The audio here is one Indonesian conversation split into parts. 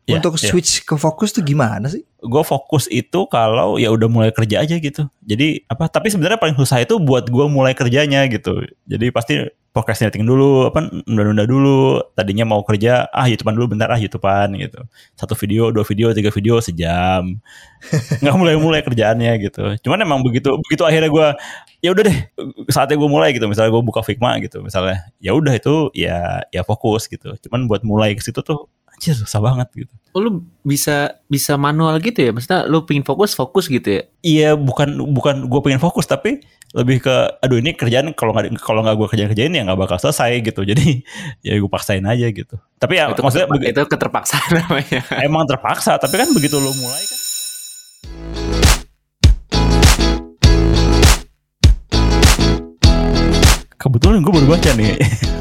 Untuk switch ke fokus tuh gimana sih? Gue fokus itu kalau ya udah mulai kerja aja gitu. Jadi tapi sebenarnya paling susah itu buat gue mulai kerjanya gitu. Jadi pasti procrastinating dulu, nunda-nunda dulu. Tadinya mau kerja, YouTubean dulu bentar, YouTubean gitu. 1 video, 2 video, 3 video sejam. Nggak mulai-mulai kerjaannya gitu. Cuman emang begitu akhirnya gue, ya udah deh, saatnya gue mulai gitu. Misalnya gue buka Figma gitu, misalnya, ya udah itu ya fokus gitu. Cuman buat mulai ke situ tuh, anjir susah banget gitu. Oh, lu bisa manual gitu ya? Maksudnya lu pengen fokus gitu ya? Iya, bukan gue pengen fokus, tapi lebih ke aduh ini kerjaan kalau nggak gue kerjain ya nggak bakal selesai gitu. Jadi ya gue paksain aja gitu. Tapi ya itu maksudnya itu keterpaksaan namanya. Emang terpaksa, tapi kan begitu lu mulai kan. Kebetulan gue baru baca nih.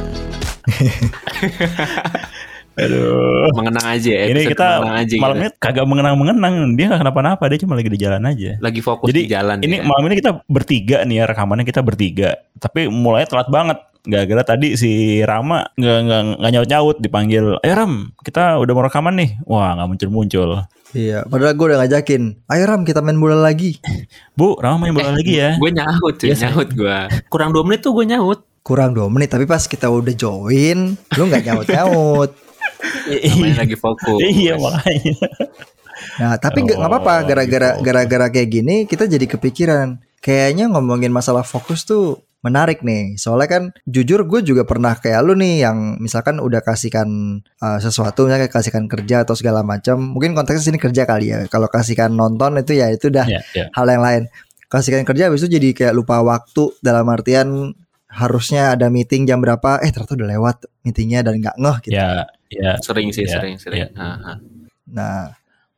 Aduh. Mengenang aja ya. Ini kita malam ini kagak mengenang. Dia gak kenapa-napa. Dia cuma lagi di jalan aja. Lagi fokus jadi, di jalan. Ini ya. Malam ini kita bertiga nih ya. Rekamannya kita bertiga. Tapi mulainya telat banget. Gara-gara tadi si Rama gak nyaut-nyaut dipanggil. Ayo Ram, kita udah mau rekaman nih. Wah gak muncul-muncul. Iya, padahal gue udah ngajakin. Ayo Ram, kita main bola lagi. Bu, Rama main bola lagi ya. Gue nyaut ya, nyaut gue. Kurang 2 menit tuh gue nyaut. Kurang 2 menit, tapi pas kita udah join, lu gak nyaut-nyaut. Namanya lagi fokus. Iya makanya. Nah tapi gak apa-apa, gara-gara kayak gini kita jadi kepikiran. Kayaknya ngomongin masalah fokus tuh menarik nih. Soalnya kan jujur gue juga pernah kayak lu nih, yang misalkan udah kasihkan sesuatu, misalnya kasihkan kerja atau segala macam. Mungkin konteksnya sini kerja kali ya. Kalau kasihkan nonton itu ya itu udah hal yang lain. Kasihkan kerja habis itu jadi kayak lupa waktu, dalam artian harusnya ada meeting jam berapa, ternyata udah lewat meetingnya dan nggak ngeh gitu. Ya, sering. Ya. Nah,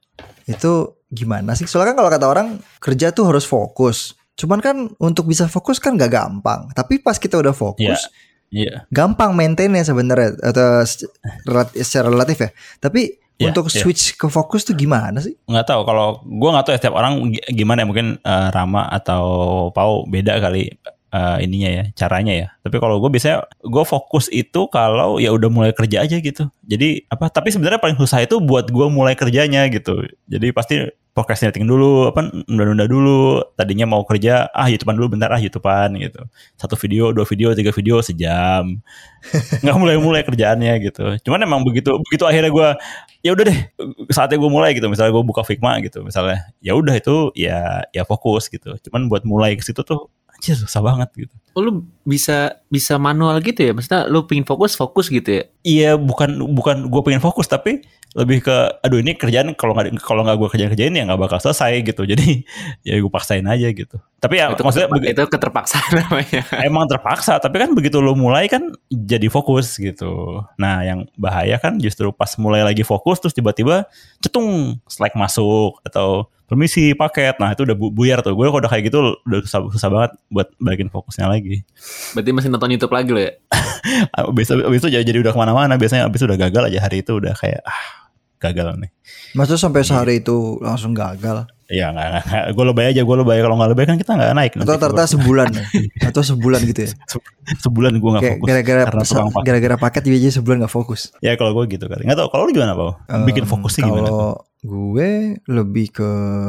itu gimana sih? Soalnya kan kalau kata orang kerja tuh harus fokus. Cuman kan untuk bisa fokus kan gak gampang. Tapi pas kita udah fokus, gampang maintainnya sebenarnya atau secara relatif ya. Tapi untuk switch ke fokus tuh gimana sih? Nggak tahu, kalau gue nggak tahu ya setiap orang gimana ya. Mungkin Rama atau Pau beda kali. Ininya ya, caranya ya. Tapi kalau gue biasanya gue fokus itu kalau ya udah mulai kerja aja gitu. Jadi tapi sebenarnya paling susah itu buat gue mulai kerjanya gitu. Jadi pasti procrastinating dulu, nunda-nunda dulu. Tadinya mau kerja, YouTubean dulu bentar, YouTubean gitu. 1 video, 2 video, 3 video sejam. Nggak mulai-mulai kerjaannya gitu. Cuman emang begitu akhirnya gue, ya udah deh, saatnya gue mulai gitu. Misalnya gue buka Figma gitu, misalnya, ya udah itu ya fokus gitu. Cuman buat mulai ke situ tuh anjir susah banget gitu. Oh, lu bisa manual gitu ya? Maksudnya lu pengen fokus gitu ya? Iya, bukan gue pengen fokus, tapi lebih ke aduh ini kerjaan kalau nggak gue kerjain ya nggak bakal selesai gitu. Jadi ya gue paksain aja gitu. Tapi ya itu maksudnya itu keterpaksaan namanya. Emang terpaksa, tapi kan begitu lo mulai kan jadi fokus gitu. Nah, yang bahaya kan justru pas mulai lagi fokus terus tiba-tiba cetung Slack masuk atau permisi paket. Nah, itu udah buyar tuh. Gue kalau udah kayak gitu udah susah banget buat balikin fokusnya lagi. Berarti masih nonton YouTube lagi lo ya? Abis itu jadi udah kemana-mana. Biasanya abis udah gagal aja hari itu udah kayak gagal nih. Maksudnya sampai sehari itu langsung gagal? Iya nggak. Gue lebay aja. Kalau nggak lebay kan kita nggak naik. Atau ternyata sebulan ya? Atau sebulan gitu ya? Sebulan gue nggak fokus. Gara-gara paket aja sebulan nggak fokus. Ya kalau gue gitu kali. Nggak tahu kalau lu gimana Pau? Bikin fokusnya gimana? Kalau gue lebih ke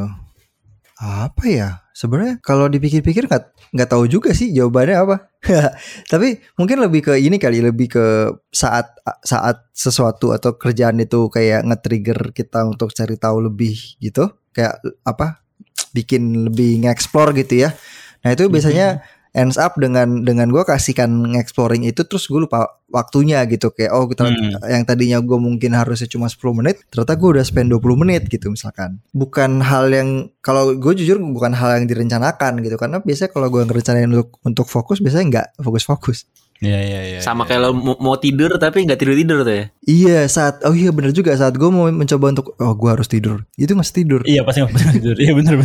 apa ya? Sebenarnya kalau dipikir-pikir nggak tahu juga sih jawabannya apa. Tapi mungkin lebih ke ini kali, lebih ke saat sesuatu atau kerjaan itu kayak nge-trigger kita untuk cari tahu lebih gitu. Kayak bikin lebih nge-explore gitu ya. Nah itu biasanya ends up dengan gue kasihkan nge-exploring itu, terus gue lupa waktunya gitu. Kayak yang tadinya gue mungkin harusnya cuma 10 menit, ternyata gue udah spend 20 menit gitu misalkan. Bukan hal yang, kalau gue jujur bukan hal yang direncanakan gitu. Karena biasanya kalau gue ngerencanain untuk fokus, biasanya nggak fokus-fokus. Iya. Sama kayak lo mau tidur tapi nggak tidur tuh ya? Iya benar juga, saat gue mau mencoba untuk gue harus tidur, itu masih tidur. Iya pasti tidur. Iya benar.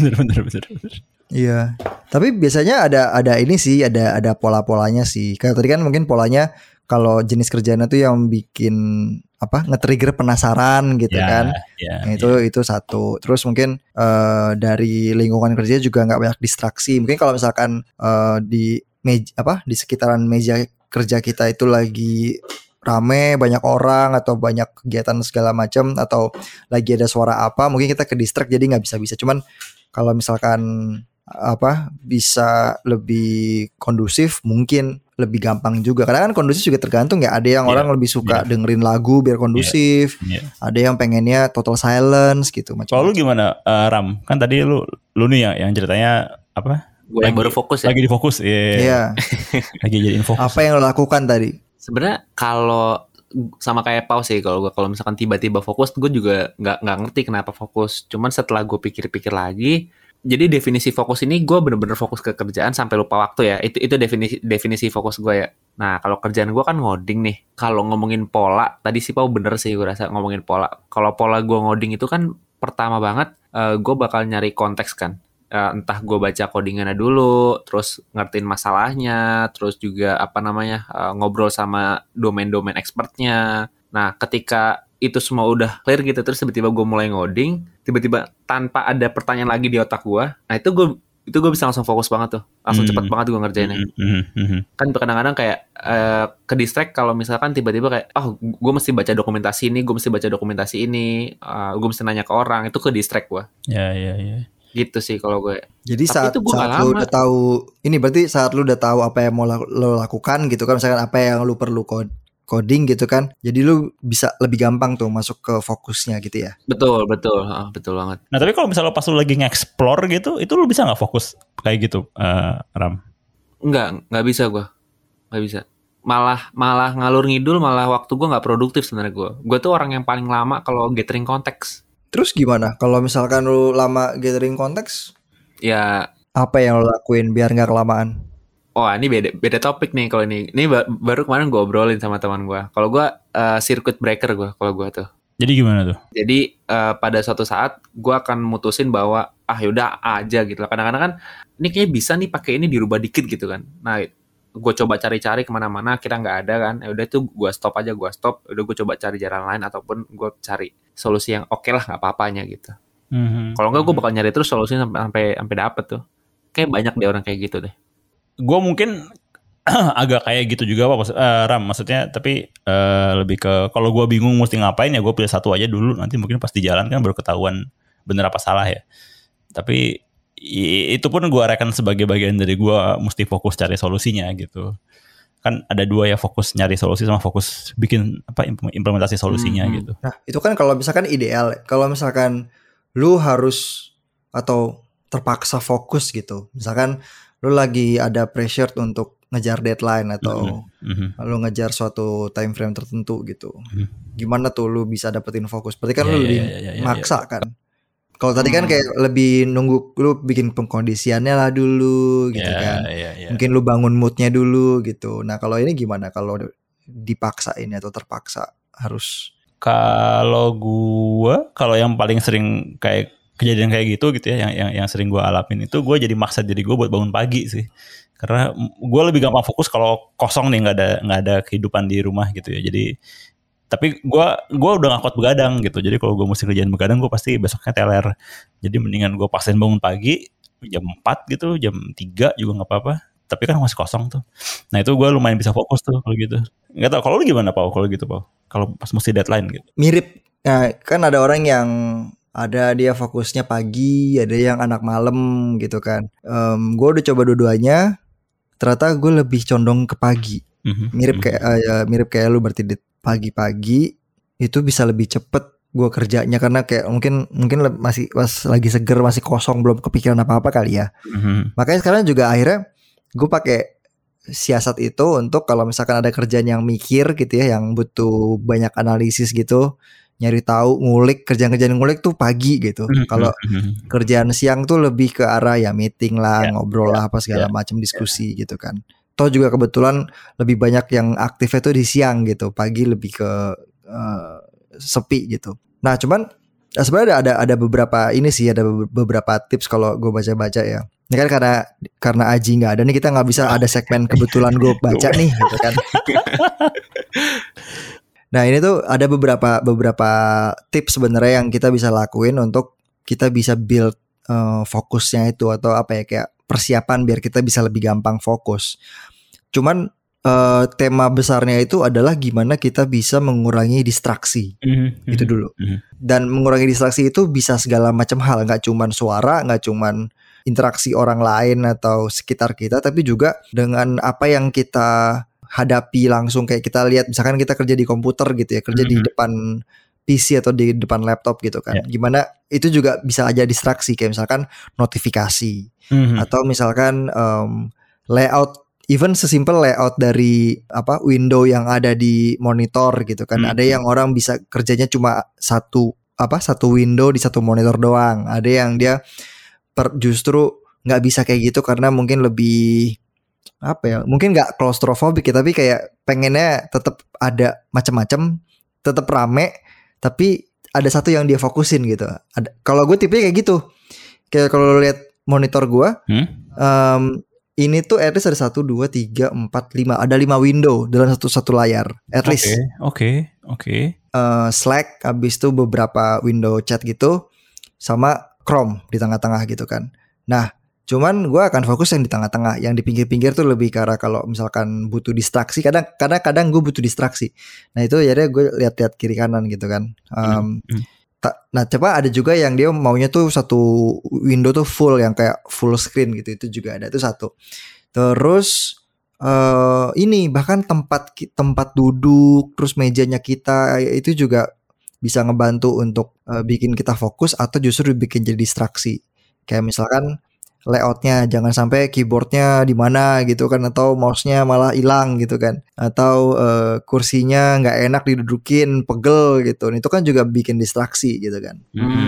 Iya, tapi biasanya ada ini sih, ada pola-polanya sih. Kayak tadi kan mungkin polanya kalau jenis kerjanya tuh yang bikin nge-trigger penasaran gitu kan. Nah, itu satu. Terus mungkin dari lingkungan kerja juga nggak banyak distraksi. Mungkin kalau misalkan di sekitaran meja kerja kita itu lagi rame, banyak orang atau banyak kegiatan segala macam atau lagi ada suara apa, mungkin kita ke distract jadi nggak bisa. Cuman kalau misalkan bisa lebih kondusif, mungkin lebih gampang juga. Karena kan kondusif juga tergantung ya. Ada yang orang lebih suka dengerin lagu biar kondusif. Ada yang pengennya total silence gitu. Kalau lu gimana, Ram? Kan tadi lu nih yang ceritanya apa? Gue yang baru fokus ya. Lagi di fokus, iya. Lagi jadiin fokus. Apa yang lo lakukan tadi? Sebenarnya kalau sama kayak Pau sih, kalau misalkan tiba-tiba fokus, gue juga nggak ngerti kenapa fokus. Cuman setelah gue pikir-pikir lagi, jadi definisi fokus ini gue bener-bener fokus ke kerjaan sampai lupa waktu ya. Itu definisi fokus gue ya. Nah kalau kerjaan gue kan ngoding nih. Kalau ngomongin pola, tadi sih Pau bener sih gue rasa ngomongin pola. Kalau pola gue ngoding itu kan pertama banget gue bakal nyari konteks kan. Entah gue baca codingannya dulu, terus ngertiin masalahnya, terus juga ngobrol sama domain-domain expertnya. Nah ketika itu semua udah clear gitu, terus tiba-tiba gue mulai ngoding, tiba-tiba tanpa ada pertanyaan lagi di otak gue, nah itu gue bisa langsung fokus banget tuh, langsung cepat banget gue ngerjainnya. Kan kadang-kadang kayak ke distract kalau misalkan tiba-tiba kayak gue mesti baca dokumentasi ini, gue mesti nanya ke orang, itu ke distract gue. Ya. Gitu sih kalau gue. Jadi saat lu udah tahu, ini berarti saat lu udah tahu apa yang mau lo lakukan gitu kan, misalkan apa yang lu perlu coding gitu kan, jadi lu bisa lebih gampang tuh masuk ke fokusnya gitu ya. Betul banget. Nah tapi kalau misalnya pas lu lagi nge-explore gitu, itu lu bisa nggak fokus kayak gitu, Ram? Nggak bisa gue, nggak bisa. Malah ngalur ngidul, malah waktu gue nggak produktif sebenarnya gue. Gue tuh orang yang paling lama kalau gathering konteks. Terus gimana kalau misalkan lu lama gathering konteks? Ya. Apa yang lu lakuin biar nggak kelamaan? Oh ini beda topik nih kalau ini. Ini baru kemarin gue obrolin sama teman gue. Kalau gue circuit breaker gue kalau gue tuh. Jadi gimana tuh? Jadi pada suatu saat gue akan mutusin bahwa yaudah aja gitu. Kadang-kadang kan ini kayaknya bisa nih pakai ini dirubah dikit gitu kan. Nah gue coba cari-cari kemana-mana, kira nggak ada kan. Ya udah tuh gue stop. Udah gue coba cari jalan lain ataupun gue cari solusi yang oke lah, nggak apa-apanya gitu. Kalau nggak gue bakal nyari terus solusinya sampai dapet tuh. Kayak banyak deh orang kayak gitu deh. Gue mungkin agak kayak gitu juga Ram, maksudnya tapi lebih ke kalau gue bingung mesti ngapain ya gue pilih satu aja dulu, nanti mungkin pas di jalan kan baru ketahuan bener apa salah ya. Tapi itu pun gue rekan sebagai bagian dari gue mesti fokus cari solusinya gitu. Kan ada dua ya, fokus nyari solusi sama fokus bikin implementasi solusinya gitu. Nah itu kan kalau misalkan ideal, kalau misalkan lu harus atau terpaksa fokus gitu, misalkan lu lagi ada pressure untuk ngejar deadline atau lu ngejar suatu time frame tertentu gitu. Gimana tuh lu bisa dapetin fokus? Berarti kan lu lebih maksa kan. Kalau tadi kan kayak lebih nunggu lu bikin pengkondisiannya lah dulu gitu kan. Mungkin lu bangun moodnya dulu gitu. Nah kalau ini gimana kalau dipaksain atau terpaksa harus? Kalau yang paling sering kayak kejadian kayak gitu ya, yang sering gue alamin itu, gue jadi maksa diri gue buat bangun pagi sih, karena gue lebih gampang fokus kalau kosong nih, nggak ada kehidupan di rumah gitu ya. Jadi tapi gue udah nggak kuat begadang gitu, jadi kalau gue mesti kerjaan begadang gue pasti besoknya teler. Jadi mendingan gue paksain bangun pagi jam 4 gitu, jam 3 juga nggak apa-apa, tapi kan masih kosong tuh. Nah itu gue lumayan bisa fokus tuh kalau gitu. Nggak tahu kalau lu gimana Pau kalau gitu, Pau, kalau pas mesti deadline gitu? Mirip. Nah, kan ada orang yang ada dia fokusnya pagi, ada yang anak malam gitu kan. Gue udah coba dua-duanya, ternyata gue lebih condong ke pagi. Mirip kayak lu, berarti pagi-pagi itu bisa lebih cepet gue kerjanya, karena kayak mungkin masih pas lagi seger, masih kosong, belum kepikiran apa-apa kali ya. Makanya sekarang juga akhirnya gue pakai siasat itu untuk kalau misalkan ada kerjaan yang mikir gitu ya, yang butuh banyak analisis gitu, nyari tahu, ngulik, kerjaan ngulik tuh pagi gitu. Kalau kerjaan siang tuh lebih ke arah ya meeting lah, ngobrol lah, apa segala macam diskusi gitu kan. Toh juga kebetulan lebih banyak yang aktifnya tuh di siang gitu, pagi lebih ke sepi gitu. Nah cuman sebenarnya ada beberapa ini sih, ada beberapa tips kalau gue baca-baca ya. Ini kan karena Aji nggak ada nih, kita nggak bisa ada segmen kebetulan gue baca nih gitu kan. Nah ini tuh ada beberapa tips sebenarnya yang kita bisa lakuin untuk kita bisa build fokusnya itu, atau apa ya, kayak persiapan biar kita bisa lebih gampang fokus. Cuman tema besarnya itu adalah gimana kita bisa mengurangi distraksi. Itu dulu. Dan mengurangi distraksi itu bisa segala macam hal, nggak cuman suara, nggak cuman interaksi orang lain atau sekitar kita, tapi juga dengan apa yang kita hadapi langsung. Kayak kita lihat misalkan kita kerja di komputer gitu ya, kerja di depan PC atau di depan laptop gitu kan. Gimana itu juga bisa aja distraksi, kayak misalkan notifikasi atau misalkan layout. Even sesimpel layout dari window yang ada di monitor gitu kan. Ada yang orang bisa kerjanya cuma satu window di satu monitor doang. Ada yang dia justru nggak bisa kayak gitu karena mungkin lebih mungkin nggak claustrophobic ya, tapi kayak pengennya tetap ada macam-macam, tetap rame, tapi ada satu yang dia fokusin gitu. Kalau gue tipe kayak gitu. Kayak kalau lo lihat monitor gue. Ini tuh at least ada 1, 2, 3, 4, 5. Ada 5 window dalam satu layar. At least. Oke. Slack, habis itu beberapa window chat gitu. Sama Chrome di tengah-tengah gitu kan. Nah, cuman gue akan fokus yang di tengah-tengah. Yang di pinggir-pinggir tuh lebih ke arah kalau misalkan butuh distraksi. Kadang gue butuh distraksi. Nah itu jadi gue lihat-lihat kiri kanan gitu kan. Nah coba ada juga yang dia maunya tuh satu window tuh full, yang kayak full screen gitu. Itu juga ada, itu satu. Terus ini bahkan tempat duduk, terus mejanya kita itu juga bisa ngebantu untuk bikin kita fokus atau justru bikin jadi distraksi. Kayak misalkan layoutnya jangan sampai keyboardnya di mana gitu kan, atau mouse-nya malah hilang gitu kan, atau kursinya nggak enak didudukin, pegel gitu. Itu kan juga bikin distraksi gitu kan.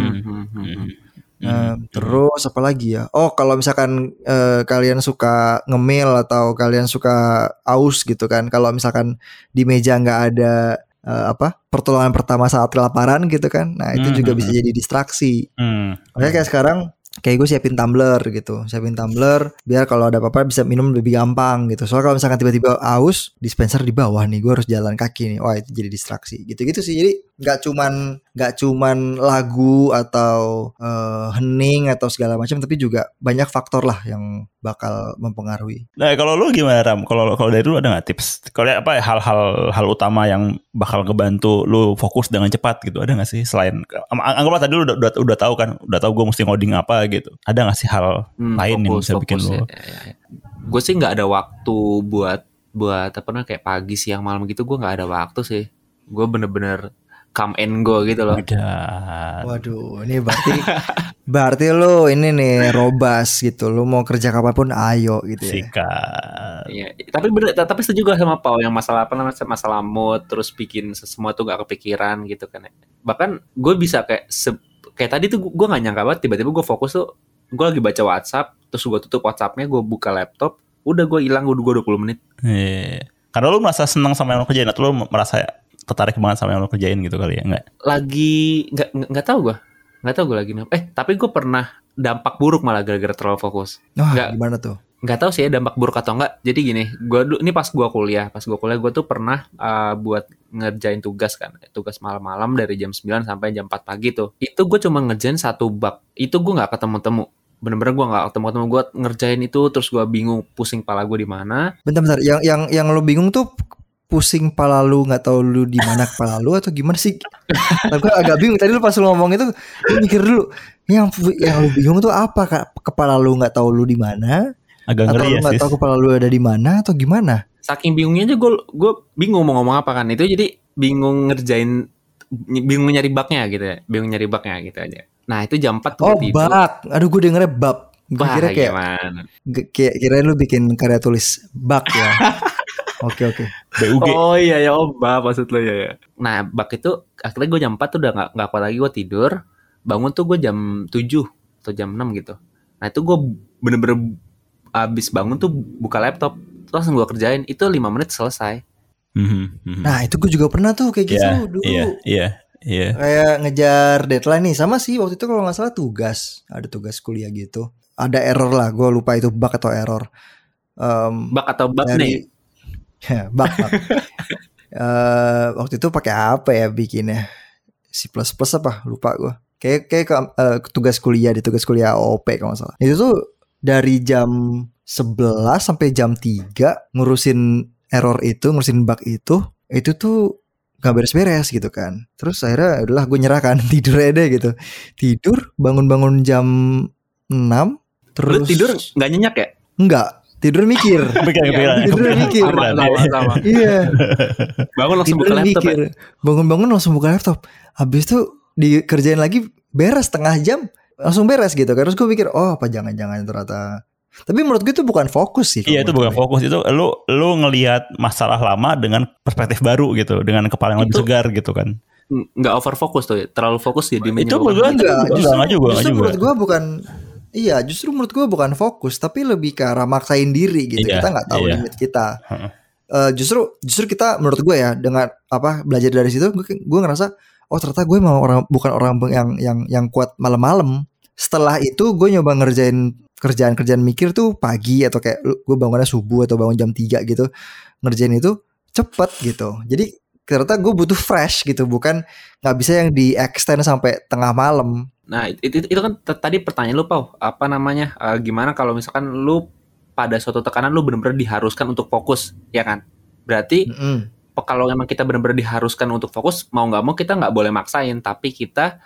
Terus apa lagi ya? Oh, kalau misalkan kalian suka ngemil atau kalian suka aus gitu kan, kalau misalkan di meja nggak ada pertolongan pertama saat kelaparan gitu kan, nah itu juga bisa jadi distraksi. Makanya kayak sekarang kayak gue siapin tumbler gitu, biar kalau ada apa-apa bisa minum lebih gampang gitu. Soalnya kalau misalkan tiba-tiba aus, dispenser di bawah nih, gue harus jalan kaki nih, wah itu jadi distraksi gitu-gitu sih. Jadi nggak cuman lagu atau hening atau segala macam, tapi juga banyak faktor lah yang bakal mempengaruhi. Nah kalau lu gimana Ram? Kalau dari lu ada nggak tips? Kalau hal utama yang bakal ngebantu lu fokus dengan cepat gitu, ada nggak sih? Selain anggaplah tadi lu udah tahu kan, udah tahu gue mesti ngoding apa gitu. Ada nggak sih hal lain yang bisa bikin lu? Ya. Gue sih nggak ada waktu buat kayak pagi, siang, malam gitu. Gue nggak ada waktu sih. Gue bener-bener come and go gitu loh. Waduh, ini berarti lu ini nih robas gitu. Lu mau kerja kapanpun ayo gitu ya. Sikat. Iya, tapi setuju sama Pau yang masalah masalah mood, terus bikin semua tuh gak kepikiran gitu kan. Bahkan gue bisa kayak tadi tuh gue gak nyangka banget, tiba-tiba gue fokus tuh, gue lagi baca WhatsApp, terus gue tutup WhatsAppnya, gue buka laptop, udah gue hilang gue 20 menit. Karena lu merasa senang sama yang lu kerjain, atau lu merasa tertarik banget sama yang lo kerjain gitu kali ya? Nggak tahu gue lagi tapi gue pernah dampak buruk malah gara-gara terlalu fokus. Gimana tuh? Nggak tahu sih ya dampak buruk atau enggak. Jadi gini, ini pas gue kuliah gue tuh pernah buat ngerjain tugas malam-malam dari jam 9 sampai jam 4 pagi tuh. Itu gue cuma ngerjain satu bug. Itu gue nggak ketemu-temu. Bener-bener gue nggak ketemu-temu. Gue ngerjain itu terus gue bingung, pusing pala gue di mana. Bentar. Yang lo bingung tuh pusing kepala lu, nggak tahu lu di mana kepala lu atau gimana sih? Gue agak bingung tadi lu pas lu ngomong itu, lu mikir dulu yang lu bingung tuh apa? Kepala lu nggak tahu lu di mana? Agak atau lu nggak tahu kepala lu ada di mana atau gimana? Saking bingungnya aja gue bingung mau ngomong apa kan. Itu jadi bingung nyari bugnya gitu ya, aja. Nah itu jam 4 tuh tidur. Bug, aduh gue dengernya bab. Gue kira kirain lu bikin karya tulis bug ya. Oke. BUG. Oh iya ya, bab maksud lo ya. Nah bug itu akhirnya gue jam 4 tuh udah gak kuat lagi, gue tidur. Bangun tuh gue jam 7 atau jam 6 gitu. Nah itu gue bener-bener abis bangun tuh buka laptop, terus langsung gue kerjain. Itu 5 menit selesai. Nah itu gue juga pernah tuh kayak gitu dulu. Iya. Kayak ngejar deadline nih. Sama sih waktu itu kalau gak salah ada tugas kuliah gitu. Ada error lah, gue lupa itu bug atau error. Bug atau bug nih? Bug. Waktu itu pakai apa ya bikinnya? C++ apa? Lupa gue. Kayak tugas kuliah OOP kalau nggak salah. Itu tuh dari jam 11 sampai jam 3 ngurusin error itu, ngurusin bug itu tuh gak beres-beres gitu kan. Terus akhirnya udahlah gue nyerah kan, tidur aja deh gitu. Tidur, bangun-bangun jam 6. Terus Lu tidur nggak nyenyak ya? enggak, tidur mikir. Tidur mikir. Sama. Iya. Bangun langsung Tidur buka laptop ya? mikir. Bangun-bangun langsung buka laptop. Habis itu dikerjain lagi, beres setengah jam langsung beres gitu. Terus gue pikir, oh apa jangan-jangan ternyata. Tapi menurut gue itu bukan fokus sih. Iya, itu bukan fokus, itu lu ngelihat masalah lama dengan perspektif baru gitu, dengan kepala yang lebih segar gitu kan. Nggak over fokus tuh ya? Terlalu fokus jadi Itu menurut gue enggak juga. Menurut gue bukan. Iya, justru menurut gue bukan fokus, tapi lebih ke arah maksain diri gitu. Iya, Kita nggak tahu iya. limit kita. Justru kita menurut gue ya, dengan apa belajar dari situ, gue ngerasa oh ternyata gue bukan orang yang kuat malam-malam. Setelah itu gue nyoba ngerjain kerjaan mikir tuh pagi, atau kayak gue bangunnya subuh atau bangun jam 3 gitu, ngerjain itu cepet gitu. Jadi ternyata gue butuh fresh gitu, bukan nggak bisa yang di extend sampai tengah malam. Nah itu kan tadi pertanyaan lu Pau, apa namanya, gimana kalau misalkan lu pada suatu tekanan lu benar-benar diharuskan untuk fokus, ya kan? Berarti kalau memang kita benar-benar diharuskan untuk fokus, mau nggak mau kita nggak boleh maksain, tapi kita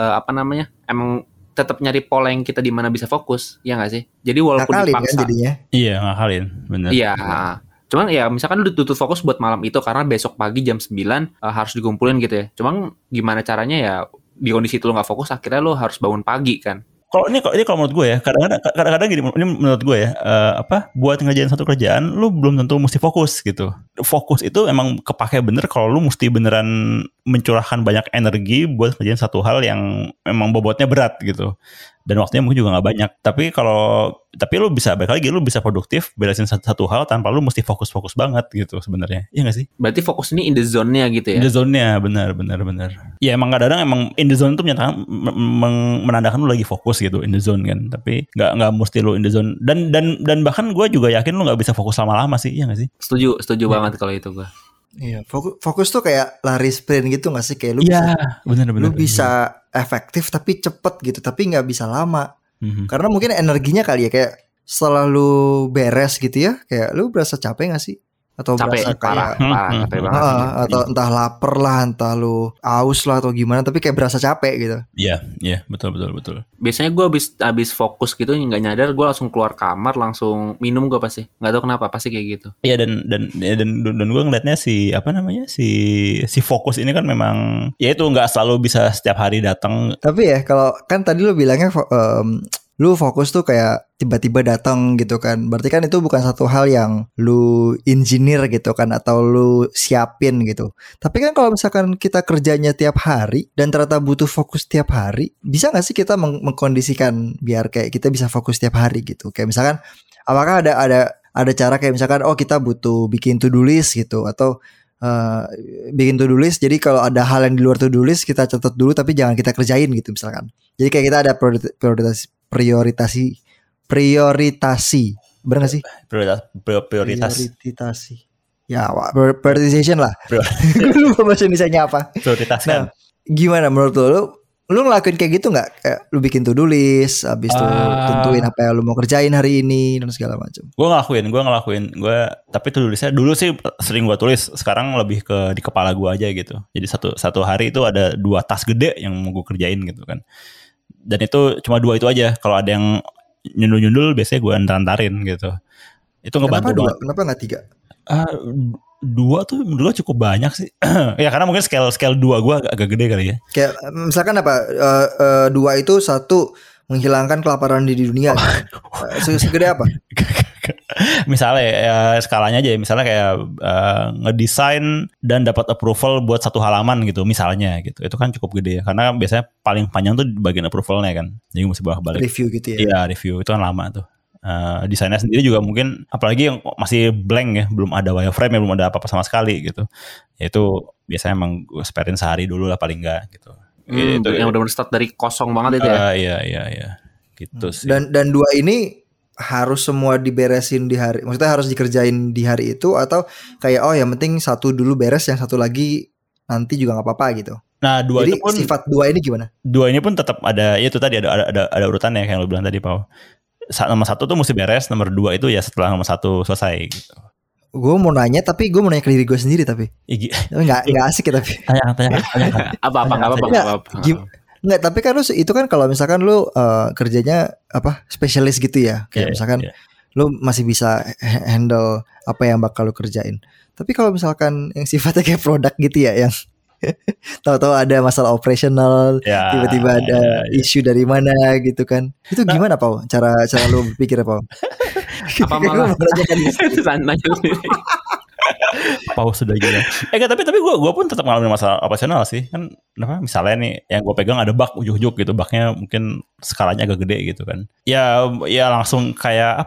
emang tetap nyari pola yang kita di mana bisa fokus, ya nggak sih? Jadi walaupun Ngakalin dipaksa, kan jadinya. Iya, ngakalin, benar. iya. Cuman ya misalkan lu ditutup fokus buat malam itu karena besok pagi jam 9 harus dikumpulin gitu ya. Cuman gimana caranya ya di kondisi itu lu nggak fokus, akhirnya lu harus bangun pagi kan. Kalau menurut gue ya, kadang-kadang gini, ini menurut gue ya, buat ngerjain satu kerjaan lu belum tentu mesti fokus gitu. Fokus itu emang kepake bener kalau lu mesti beneran mencurahkan banyak energi buat ngerjain satu hal yang memang bobotnya berat gitu. Dan waktunya mungkin juga gak banyak. Tapi lu bisa, balik lagi, lu bisa produktif beresin satu hal tanpa lu mesti fokus-fokus banget gitu sebenarnya. Iya gak sih? Berarti fokus ini in the zone-nya gitu ya? In the zone-nya, benar. Ya emang kadang-kadang emang in the zone itu menandakan lu lagi fokus gitu, in the zone kan. Tapi gak mesti lu in the zone. Dan bahkan gue juga yakin lu gak bisa fokus lama-lama sih, iya gak sih? Setuju banget kalau itu gue. Iya, fokus tuh kayak lari sprint gitu gak sih? Kayak lu bener. bisa efektif tapi cepet gitu, tapi nggak bisa lama. Karena mungkin energinya kali ya, kayak setelah lu beres gitu ya, kayak lu berasa capek gak sih? Atau capek, berasa kayak parah, capek banget. Atau entah lapar lah, entah lu aus lah atau gimana, tapi kayak berasa capek gitu. Iya, betul. Biasanya gue abis fokus gitu nggak nyadar, gue langsung keluar kamar, langsung minum gue pasti. Nggak tahu kenapa, pasti kayak gitu. Iya, dan gue ngeliatnya si fokus ini kan memang ya itu nggak selalu bisa setiap hari datang. Tapi ya kalau kan tadi lu bilangnya lu fokus tuh kayak tiba-tiba datang gitu kan. Berarti kan itu bukan satu hal yang lu engineer gitu kan, atau lu siapin gitu. Tapi kan kalau misalkan kita kerjanya tiap hari dan ternyata butuh fokus tiap hari, bisa gak sih kita mengkondisikan biar kayak kita bisa fokus tiap hari gitu? Kayak misalkan apakah ada cara kayak misalkan kita butuh bikin to-do list gitu, atau bikin to-do list, jadi kalau ada hal yang di luar to-do list kita catat dulu tapi jangan kita kerjain gitu misalkan. Jadi kayak kita ada prioritasi, bener gak sih? Prioritasi. Ya, prioritization lah. Gue lupa bahasa Indonesianya apa. Prioritaskan. Nah, gimana menurut lu ngelakuin kayak gitu nggak? Kayak lu bikin to-do list, abis itu tentuin apa yang lu mau kerjain hari ini dan segala macam. Gue ngelakuin. Tapi to-do listnya dulu sih sering gue tulis. Sekarang lebih ke di kepala gue aja gitu. Jadi satu hari itu ada 2 task gede yang mau gue kerjain gitu kan. Dan itu cuma 2 itu aja. Kalau ada yang nyundul biasanya gue antarin gitu. Itu ngebantu banget. Kenapa nggak 3? 2 tuh menurut gue cukup banyak sih. Ya karena mungkin scale 2 gue agak gede kali ya. Kayak misalkan apa 2 itu 1 menghilangkan kelaparan di dunia. Segede apa? Misalnya ya, skalanya aja, misalnya kayak ngedesain dan dapat approval buat 1 halaman gitu misalnya gitu. Itu kan cukup gede ya, karena biasanya paling panjang tuh bagian approvalnya kan. Jadi mesti bolak-balik. Review gitu ya. Iya, review itu kan lama tuh. Desainnya sendiri juga mungkin, apalagi yang masih blank ya, belum ada wireframe ya, belum ada apa-apa sama sekali gitu. Ya itu biasanya emang gue sparein sehari dulu lah paling enggak gitu. Itu yang benar-benar start dari kosong banget itu ya. Iya. Gitu sih. Dan 2 ini harus semua diberesin di hari, maksudnya harus dikerjain di hari itu, atau kayak yang penting 1 dulu beres, yang 1 lagi nanti juga nggak apa-apa gitu. Nah, 2 jadi itu pun, sifat 2 ini gimana? 2 ini pun tetap ada, ya itu tadi ada urutannya kayak yang lo bilang tadi, Pau. Nomor 1 tuh mesti beres, nomor 2 itu ya setelah nomor 1 selesai gitu. gue mau nanya tapi gue mau nanya ke diri gue sendiri tapi nggak asik ya tapi. Tanya. Apa. Nggak, tapi kan lu itu kan kalau misalkan lu kerjanya apa spesialis gitu ya, kayak misalkan lu masih bisa handle apa yang bakal lu kerjain. Tapi kalau misalkan yang sifatnya kayak produk gitu ya, yang tahu-tahu ada masalah operasional, tiba-tiba ada isu dari mana gitu kan, itu gimana Pau? Cara lu berpikir Pau? Apa malah nanya Pau sudah gila. Tapi gue pun tetap ngalamin masalah operasional sih kan. Misalnya nih yang gue pegang ada bug ujuk-ujuk gitu, bugnya mungkin skalanya agak gede gitu kan. Ya langsung kayak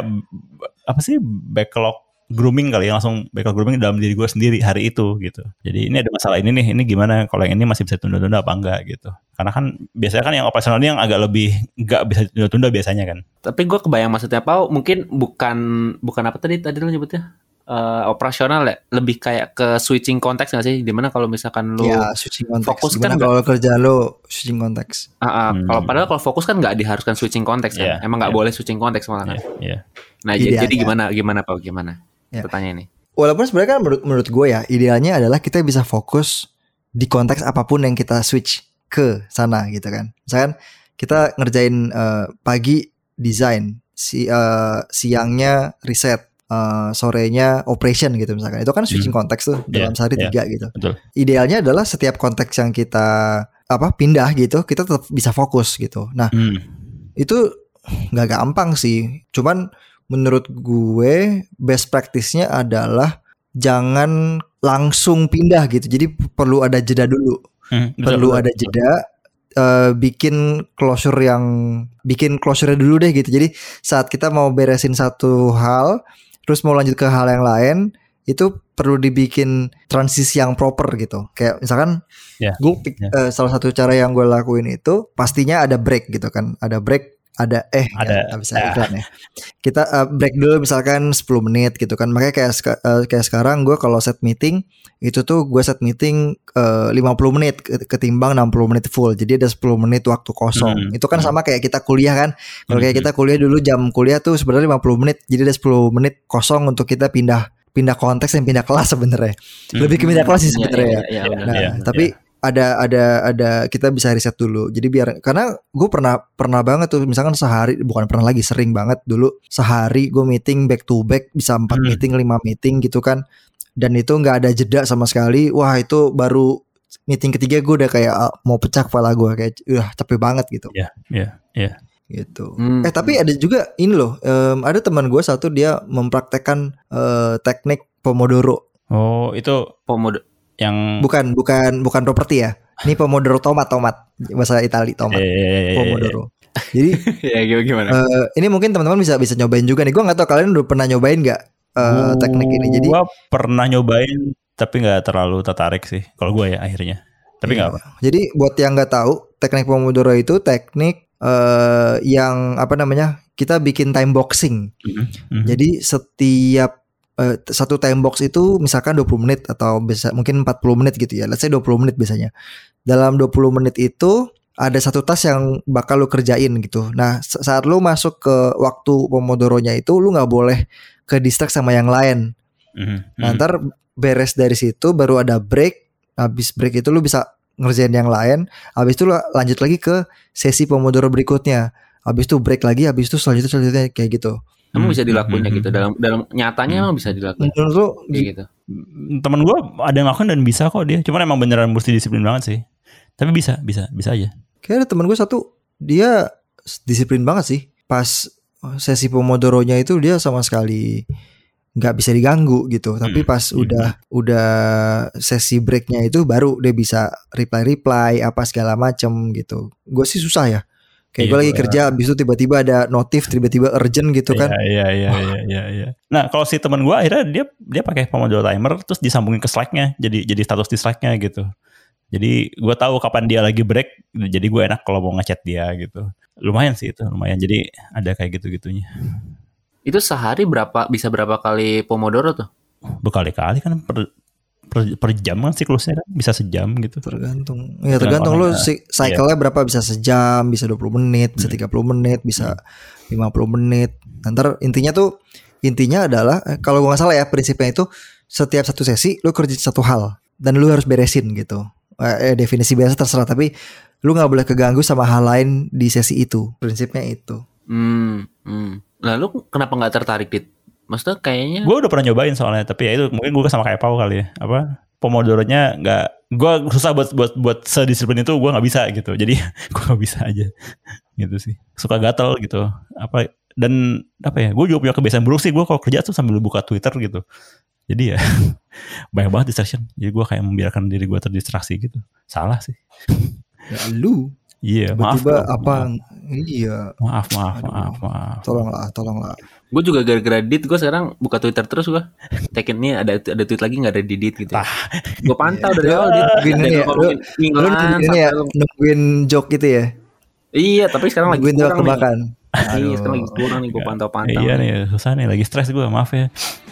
backlog grooming kali ya, langsung backlog grooming dalam diri gue sendiri hari itu gitu. Jadi ini ada masalah ini nih, ini gimana, kalau yang ini masih bisa tunda-tunda apa enggak gitu. Karena kan biasanya kan yang operasional ini yang agak lebih enggak bisa tunda-tunda biasanya kan. Tapi gue kebayang maksudnya Pau, mungkin bukan apa tadi lo nyebutnya? Operasional ya, lebih kayak ke switching konteks nggak sih? Dimana kalau misalkan lo switching konteks, fokus kan kalau kerja lo switching konteks. Padahal kalau fokus kan nggak diharuskan switching konteks kan, emang nggak boleh switching konteks malah kan. Nah jadi gimana Pau, gimana? Pertanyaan ini. Walaupun sebenarnya kan menurut gue ya, idealnya adalah kita bisa fokus di konteks apapun yang kita switch ke sana gitu kan. Misalkan kita ngerjain pagi desain, siangnya riset, sorenya operation gitu misalkan. Itu kan switching konteks tuh dalam sehari 3 gitu. Betul. Idealnya adalah setiap konteks yang kita pindah gitu, kita tetap bisa fokus gitu. Nah, itu nggak gampang sih. Cuman menurut gue best practice-nya adalah jangan langsung pindah gitu. Jadi perlu ada jeda dulu. Perlu ada jeda, bikin closure dulu deh gitu. Jadi saat kita mau beresin satu hal, terus mau lanjut ke hal yang lain, itu perlu dibikin transisi yang proper gitu. Kayak misalkan salah satu cara yang gue lakuin itu pastinya ada break gitu kan. Ada break, nggak bisa iklan ya. Kita break dulu misalkan 10 menit gitu kan. Makanya kayak sekarang gue kalau set meeting itu tuh gue set meeting 50 menit ketimbang 60 menit full. Jadi ada 10 menit waktu kosong. Itu kan sama kayak kita kuliah kan. Kalau kayak kita kuliah dulu, jam kuliah tuh sebenarnya 50 menit. Jadi ada 10 menit kosong untuk kita pindah konteks dan pindah kelas sebenarnya. Lebih ke pindah kelas sih sebenarnya. Tapi ada kita bisa riset dulu. Jadi karena gue pernah banget tuh misalkan sering banget dulu sehari gue meeting back to back bisa 4 meeting 5 meeting gitu kan, dan itu nggak ada jeda sama sekali. Wah, itu baru meeting ketiga gue udah kayak mau pecah kepala gue, kayak capek banget gitu. Gitu. Tapi ada juga ini loh, ada teman gue satu, dia mempraktekkan teknik Pomodoro. Oh, itu Pomodoro yang bukan properti ya. Ini Pomodoro tomat bahasa Itali tomat. Pomodoro. Jadi gimana? Ini mungkin teman-teman bisa nyobain juga nih. Gue nggak tahu kalian udah pernah nyobain nggak teknik ini. Jadi gue pernah nyobain tapi nggak terlalu tertarik sih kalau gue ya akhirnya. Tapi nggak apa. Jadi buat yang nggak tahu, teknik Pomodoro itu teknik yang kita bikin time boxing. Jadi setiap satu time box itu misalkan 20 menit atau bisa mungkin 40 menit gitu ya. Let's say 20 menit biasanya. Dalam 20 menit itu ada satu task yang bakal lu kerjain gitu. Nah, saat lu masuk ke waktu Pomodoro-nya itu, lu gak boleh ke distract sama yang lain. Nah, ntar beres dari situ baru ada break. Habis break itu lu bisa ngerjain yang lain. Habis itu lu lanjut lagi ke sesi Pomodoro berikutnya. Habis itu break lagi, habis itu selanjutnya kayak gitu. Emang bisa dilakuin gitu dalam nyatanya, emang bisa dilakuin. Menurut lu gitu. Temen gue ada yang ngelakuin dan bisa kok dia. Cuman emang beneran mesti disiplin banget sih. Tapi bisa aja. Kayaknya temen gue satu, dia disiplin banget sih. Pas sesi Pomodoro-nya itu dia sama sekali nggak bisa diganggu gitu. Tapi pas udah sesi breaknya itu baru dia bisa reply apa segala macem gitu. Gue sih susah ya. Kayak gue lagi kerja, abis itu tiba-tiba ada notif, tiba-tiba urgent gitu kan. Iya. Nah, kalau si teman gue akhirnya dia pakai Pomodoro timer, terus disambungin ke Slack-nya, jadi status di Slack-nya gitu. Jadi gue tahu kapan dia lagi break, jadi gue enak kalau mau ngechat dia gitu. Lumayan sih itu, jadi ada kayak gitu-gitunya. Itu sehari bisa berapa kali Pomodoro tuh? Berkali-kali kan per jam kan siklusnya kan bisa sejam gitu. Tergantung lu cycle-nya berapa, bisa sejam, bisa 20 menit, bisa 30 menit, bisa 50 menit. Ntar intinya tuh intinya adalah kalau gue nggak salah ya prinsipnya itu setiap satu sesi lu kerja satu hal dan lu harus beresin gitu. Definisi biasa terserah, tapi lu nggak boleh keganggu sama hal lain di sesi itu. Prinsipnya itu. Nah lu kenapa nggak tertarik, Dit? Maksudnya kayaknya Gue udah pernah nyobain soalnya, tapi ya itu mungkin gue sama kayak Pau kali ya. Apa Pomodoro-nya nggak, gue susah buat sedisiplin itu, gue nggak bisa gitu. Jadi gue nggak bisa aja gitu sih. Suka gatel gitu. Dan gue juga punya kebiasaan buruk sih. Gue kalau kerja tuh sambil buka Twitter gitu. Jadi ya banyak banget distraction. Jadi gue kayak membiarkan diri gue terdistraksi gitu. Salah sih. Ya lu. Iya, maaf. Tiba-tiba Iya. Maaf. Tolonglah. gue juga gara-gara Dit, gue sekarang buka Twitter terus gue. Tekin nih ada tweet lagi nggak ada di Dit gitu. Gue pantau dari awal Dit. Lu nungguin joke gitu ya? Iya, tapi sekarang lagi kurang nih. Iya, sekarang lagi kurang nih, gue pantau-pantau. Iya nih, susah nih, lagi stres gue, maaf ya.